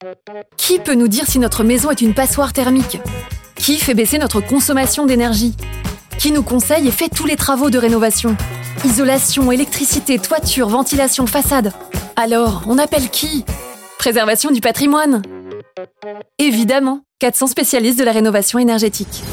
Qui peut nous dire si notre maison est une passoire thermique ? Qui fait baisser notre consommation d'énergie ? Qui nous conseille et fait tous les travaux de rénovation ? Isolation, électricité, toiture, ventilation, façade. Alors, on appelle qui ? Préservation du patrimoine. Évidemment, 400 spécialistes de la rénovation énergétique.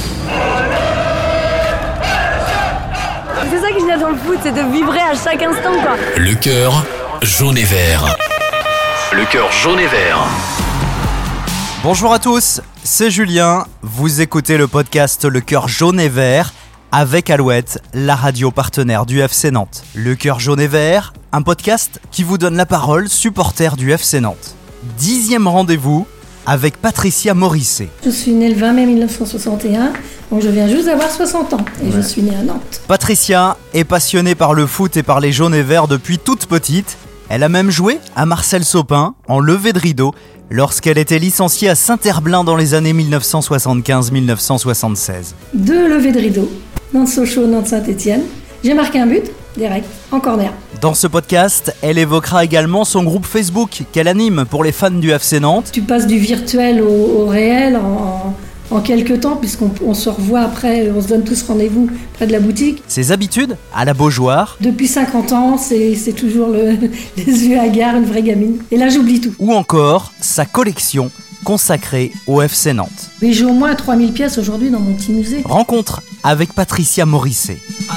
C'est ça que je viens dans le foot, c'est de vibrer à chaque instant, quoi. Le cœur jaune et vert. Le cœur jaune et vert. Bonjour à tous, c'est Julien. Vous écoutez le podcast Le cœur jaune et vert avec Alouette, la radio partenaire du FC Nantes. Le cœur jaune et vert, un podcast qui vous donne la parole, supporter du FC Nantes. 10e rendez-vous avec Patricia Morisset. Je suis née le 20 mai 1961, donc je viens juste d'avoir 60 ans et je suis née à Nantes. Patricia est passionnée par le foot et par les jaunes et verts depuis toute petite. Elle a même joué à Marcel Sopin en levée de rideau lorsqu'elle était licenciée à Saint-Herblain dans les années 1975-1976. 2 levées de rideau, Nantes-Sochaux, Nantes-Saint-Étienne. J'ai marqué un but, direct, en corner. Dans ce podcast, elle évoquera également son groupe Facebook qu'elle anime pour les fans du FC Nantes. Tu passes du virtuel au réel en quelques temps, puisqu'on se revoit après, on se donne tous rendez-vous près de la boutique. Ses habitudes à la Beaujoire. Depuis 50 ans, c'est toujours les yeux hagards, une vraie gamine. Et là, j'oublie tout. Ou encore sa collection consacrée au FC Nantes. Mais j'ai au moins 3000 pièces aujourd'hui dans mon petit musée. Rencontre avec Patricia Morisset.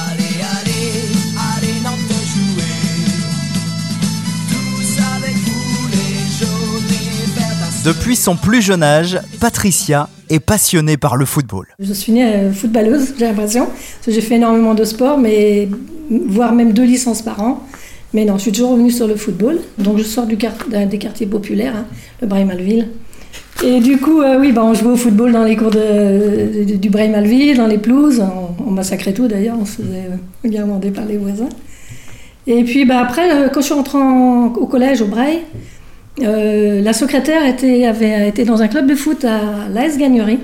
Depuis son plus jeune âge, Patricia est passionnée par le football. Je suis née footballeuse, j'ai l'impression, parce que j'ai fait énormément de sport, voire même 2 licences par an. Mais non, je suis toujours revenue sur le football. Donc je sors des quartiers populaires, le Braille-Malville. Et du coup, on jouait au football dans les cours du Braille-Malville, dans les pelouses. On massacrait tout d'ailleurs, on se faisait guirlander par les voisins. Et puis après, quand je suis rentrée au collège, au Braille, la secrétaire avait été dans un club de foot à l'AS Gagnerie,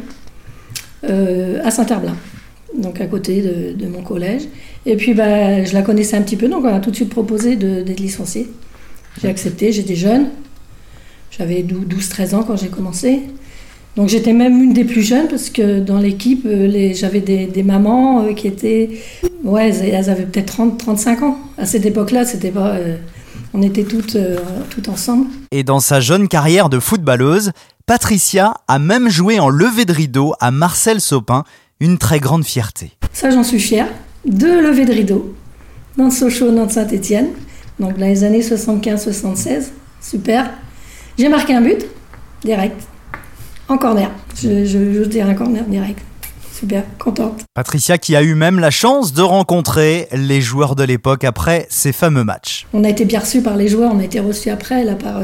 à Saint-Herblain, donc à côté de mon collège. Et puis je la connaissais un petit peu, donc on a tout de suite proposé d'être licenciée. J'ai accepté, j'étais jeune, j'avais 12-13 ans quand j'ai commencé. Donc j'étais même une des plus jeunes parce que dans l'équipe, j'avais des mamans qui étaient... elles avaient peut-être 30-35 ans. À cette époque-là, c'était pas... on était toutes ensemble. Et dans sa jeune carrière de footballeuse, Patricia a même joué en levée de rideau à Marcel Sopin, une très grande fierté. Ça, j'en suis fière. 2 levées de rideau, Nantes-Sochaux, Nantes-Saint-Étienne, donc dans les années 75-76, super. J'ai marqué un but, direct, en corner. Je dirais un corner direct. Super, contente. Patricia qui a eu même la chance de rencontrer les joueurs de l'époque après ces fameux matchs. On a été bien reçus par les joueurs, on a été reçus après là, par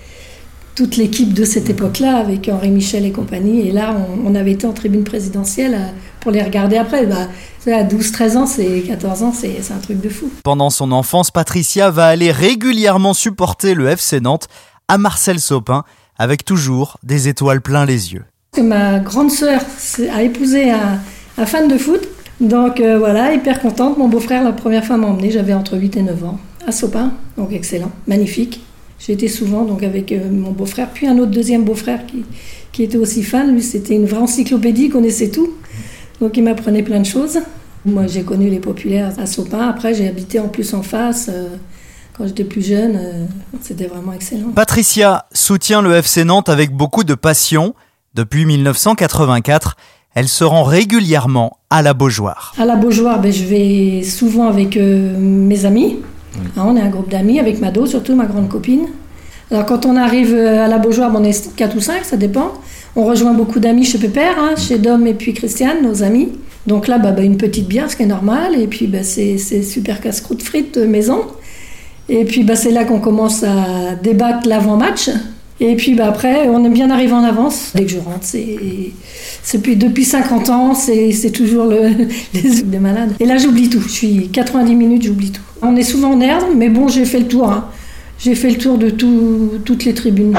toute l'équipe de cette époque-là, avec Henri Michel et compagnie. Et là, on avait été en tribune présidentielle pour les regarder après. À 12-13 ans, 14 ans, c'est un truc de fou. Pendant son enfance, Patricia va aller régulièrement supporter le FC Nantes à Marcel Sopin, avec toujours des étoiles plein les yeux. Ma grande sœur a épousé un fan de foot, donc hyper contente. Mon beau-frère, la première fois m'a emmenée, j'avais entre 8 et 9 ans, à Sopin, donc excellent, magnifique. J'ai été souvent donc, avec mon beau-frère, puis un autre deuxième beau-frère qui était aussi fan. Lui, c'était une vraie encyclopédie, il connaissait tout, donc il m'apprenait plein de choses. Moi, j'ai connu les populaires à Sopin, après j'ai habité en plus en face. Quand j'étais plus jeune, c'était vraiment excellent. Patricia soutient le FC Nantes avec beaucoup de passion. Depuis 1984, elle se rend régulièrement à la Beaujoire. À la Beaujoire, je vais souvent avec mes amis. On est un groupe d'amis, avec Mado, surtout ma grande copine. Alors quand on arrive à la Beaujoire, on est 4 ou 5, ça dépend. On rejoint beaucoup d'amis chez Pépère, chez Dom et puis Christiane, nos amis. Donc là, une petite bière, ce qui est normal. Et puis c'est super casse-croûte frites maison. Et puis c'est là qu'on commence à débattre l'avant-match. Et puis après, on aime bien arriver en avance. Dès que je rentre, depuis 50 ans, c'est toujours les yeux de malade. Et là, j'oublie tout. Je suis 90 minutes, j'oublie tout. On est souvent en herbe, mais bon, j'ai fait le tour. J'ai fait le tour de toutes les tribunes.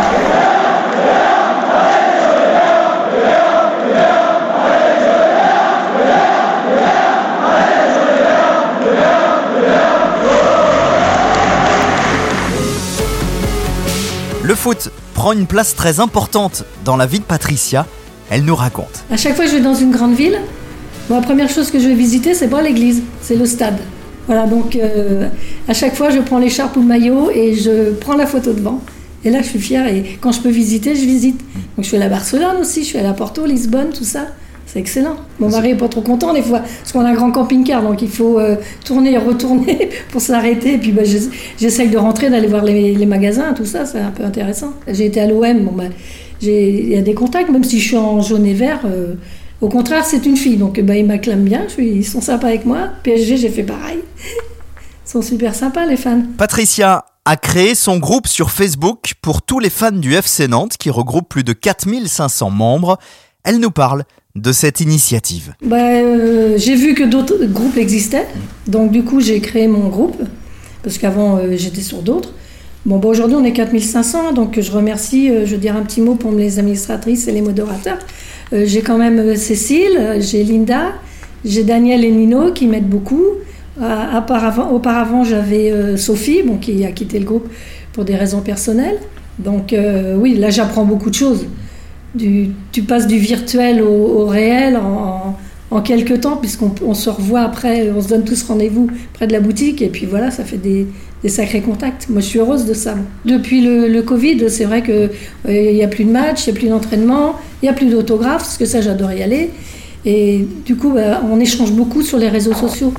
Le foot prend une place très importante dans la vie de Patricia. Elle nous raconte. À chaque fois que je vais dans une grande ville, la première chose que je vais visiter, c'est pas l'église, c'est le stade. Voilà, donc à chaque fois, je prends l'écharpe ou le maillot et je prends la photo devant. Et là, je suis fière et quand je peux visiter, je visite. Donc je suis allée à Barcelone aussi, je suis allée à Porto, Lisbonne, tout ça. C'est excellent. Mon mari n'est pas trop content des fois, parce qu'on a un grand camping-car, donc il faut tourner et retourner pour s'arrêter. Et puis j'essaye de rentrer, d'aller voir les magasins, tout ça, c'est un peu intéressant. J'ai été à l'OM, il y a des contacts, même si je suis en jaune et vert. Au contraire, c'est une fille, donc ils m'acclament bien, ils sont sympas avec moi. PSG, j'ai fait pareil. Ils sont super sympas, les fans. Patricia a créé son groupe sur Facebook pour tous les fans du FC Nantes, qui regroupe plus de 4500 membres. Elle nous parle de cette initiative. J'ai vu que d'autres groupes existaient, donc du coup j'ai créé mon groupe, parce qu'avant j'étais sur d'autres. Aujourd'hui on est 4500, donc je remercie, je veux dire un petit mot pour les administratrices et les modérateurs. J'ai quand même Cécile, j'ai Linda, j'ai Daniel et Nino qui m'aident beaucoup. Auparavant j'avais Sophie, qui a quitté le groupe pour des raisons personnelles. Donc oui, là j'apprends beaucoup de choses. Tu passes du virtuel au réel en quelques temps, puisqu'on se revoit après, on se donne tous rendez-vous près de la boutique, et puis voilà, ça fait des sacrés contacts. Moi, je suis heureuse de ça. Depuis le Covid, c'est vrai qu'il n'y a plus de match, il n'y a plus d'entraînement, il n'y a plus d'autographes, parce que ça, j'adore y aller. Et du coup, on échange beaucoup sur les réseaux sociaux.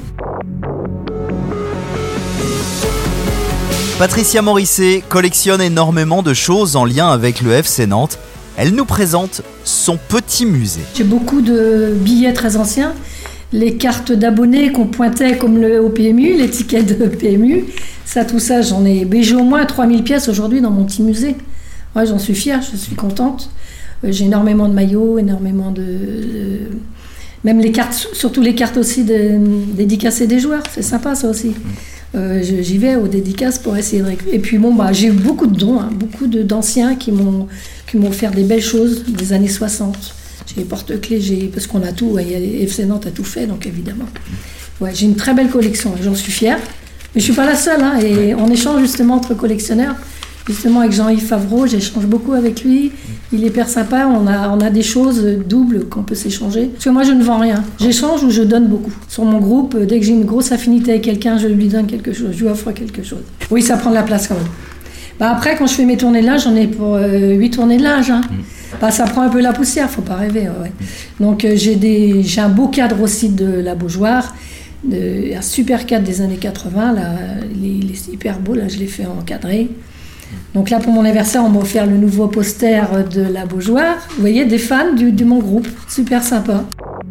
Patricia Morisset collectionne énormément de choses en lien avec le FC Nantes. Elle nous présente son petit musée. J'ai beaucoup de billets très anciens, les cartes d'abonnés qu'on pointait comme au PMU, les tickets de PMU, tout ça, j'ai au moins 3000 pièces aujourd'hui dans mon petit musée. Ouais, j'en suis fière, je suis contente. J'ai énormément de maillots, énormément même les cartes, surtout les cartes aussi dédicacées des joueurs, c'est sympa ça aussi. J'y vais aux dédicaces pour essayer de récupérer. Et puis j'ai eu beaucoup de dons, beaucoup d'anciens qui m'ont offert des belles choses des années 60. J'ai les porte-clés, parce qu'on a tout, FC Nantes a tout fait, donc évidemment. Ouais, j'ai une très belle collection, j'en suis fière. Mais je ne suis pas la seule, et on échange justement entre collectionneurs. Justement avec Jean-Yves Favreau, j'échange beaucoup avec lui. Il est hyper sympa, on a des choses doubles qu'on peut s'échanger. Parce que moi je ne vends rien, j'échange ou je donne beaucoup. Sur mon groupe, dès que j'ai une grosse affinité avec quelqu'un, je lui donne quelque chose, je lui offre quelque chose. Oui, ça prend de la place quand même. Après, quand je fais mes tournées de linge, j'en ai pour 8 tournées de linge. Ça prend un peu la poussière, faut pas rêver. Ouais. Donc j'ai un beau cadre aussi de la Beaujoire, un super cadre des années 80, là, il est hyper beau, là je l'ai fait encadré. Donc là, pour mon anniversaire, on m'a offert le nouveau poster de la Beaujoire. Vous voyez, des fans de mon groupe. Super sympa.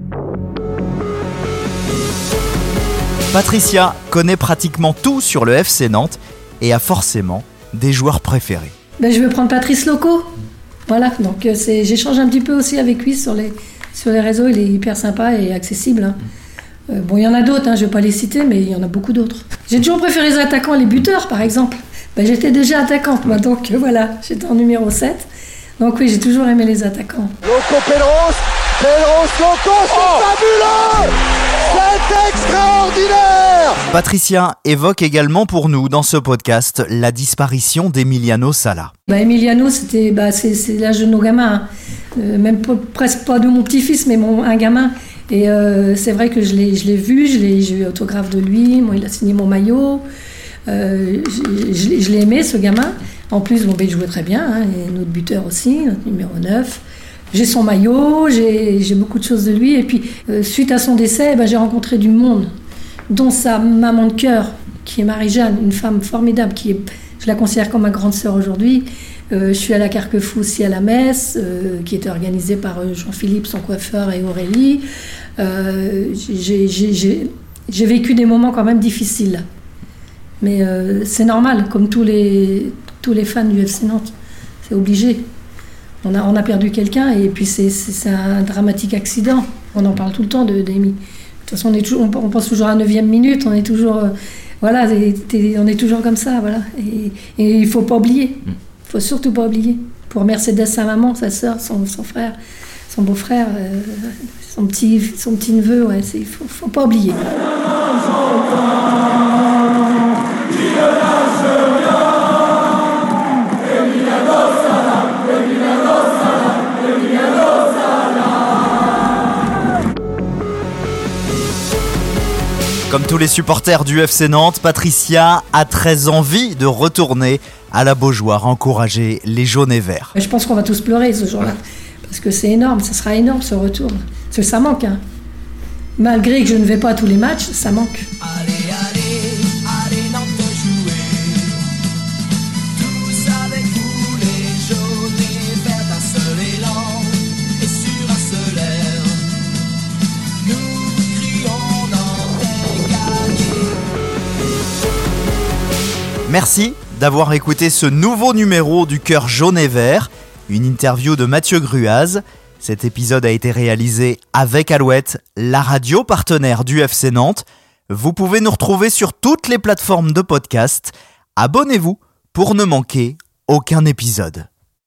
Patricia connaît pratiquement tout sur le FC Nantes et a forcément des joueurs préférés. Je vais prendre Patrice Loco. Voilà, donc j'échange un petit peu aussi avec lui sur les réseaux. Il est hyper sympa et accessible. Il y en a d'autres, je ne vais pas les citer, mais il y en a beaucoup d'autres. J'ai toujours préféré les attaquants, les buteurs, par exemple. J'étais déjà attaquante, moi, donc voilà, j'étais en numéro 7. Donc oui, j'ai toujours aimé les attaquants. Loco Pedros Loco, c'est fabuleux! C'est extraordinaire! Patricia évoque également pour nous, dans ce podcast, la disparition d'Emiliano Sala. Emiliano, c'est l'âge de nos gamins. Même presque pas de mon petit-fils, mais un gamin. Et c'est vrai que je l'ai vu, j'ai eu autographe de lui, il a signé mon maillot. Je l'ai aimé, ce gamin. En plus, il jouait très bien, et notre buteur aussi, notre numéro 9. J'ai son maillot, j'ai beaucoup de choses de lui. Et puis, suite à son décès, j'ai rencontré du monde, dont sa maman de cœur, qui est Marie-Jeanne, une femme formidable, je la considère comme ma grande sœur aujourd'hui. Je suis allée à Carquefou aussi à la messe, qui était organisée par Jean-Philippe, son coiffeur, et Aurélie. J'ai vécu des moments quand même difficiles. Mais c'est normal, comme tous les fans du FC Nantes. C'est obligé. On a perdu quelqu'un et puis c'est un dramatique accident. On en parle tout le temps d'Amy. De toute façon, on pense toujours à la 9e minute, on est toujours, on est toujours comme ça. Voilà. Et il ne faut pas oublier. Il ne faut surtout pas oublier. Pour Mercedes, sa maman, sa sœur, son frère, son beau-frère, son petit-neveu, il ne faut pas oublier. Comme tous les supporters du FC Nantes, Patricia a très envie de retourner à la Beaujoire encourager les jaunes et verts. Je pense qu'on va tous pleurer ce jour-là, parce que c'est énorme, ça sera énorme ce retour. Parce que ça manque, hein. Malgré que je ne vais pas à tous les matchs, ça manque. Allez Nantes jouer, tous avec vous les jaunes et verts d'un seul élan et sur un seul air, nous crions Nantes est gagné. Merci d'avoir écouté ce nouveau numéro du Cœur jaune et vert, une interview de Mathieu Gruaz. Cet épisode a été réalisé avec Alouette, la radio partenaire du FC Nantes. Vous pouvez nous retrouver sur toutes les plateformes de podcast. Abonnez-vous pour ne manquer aucun épisode.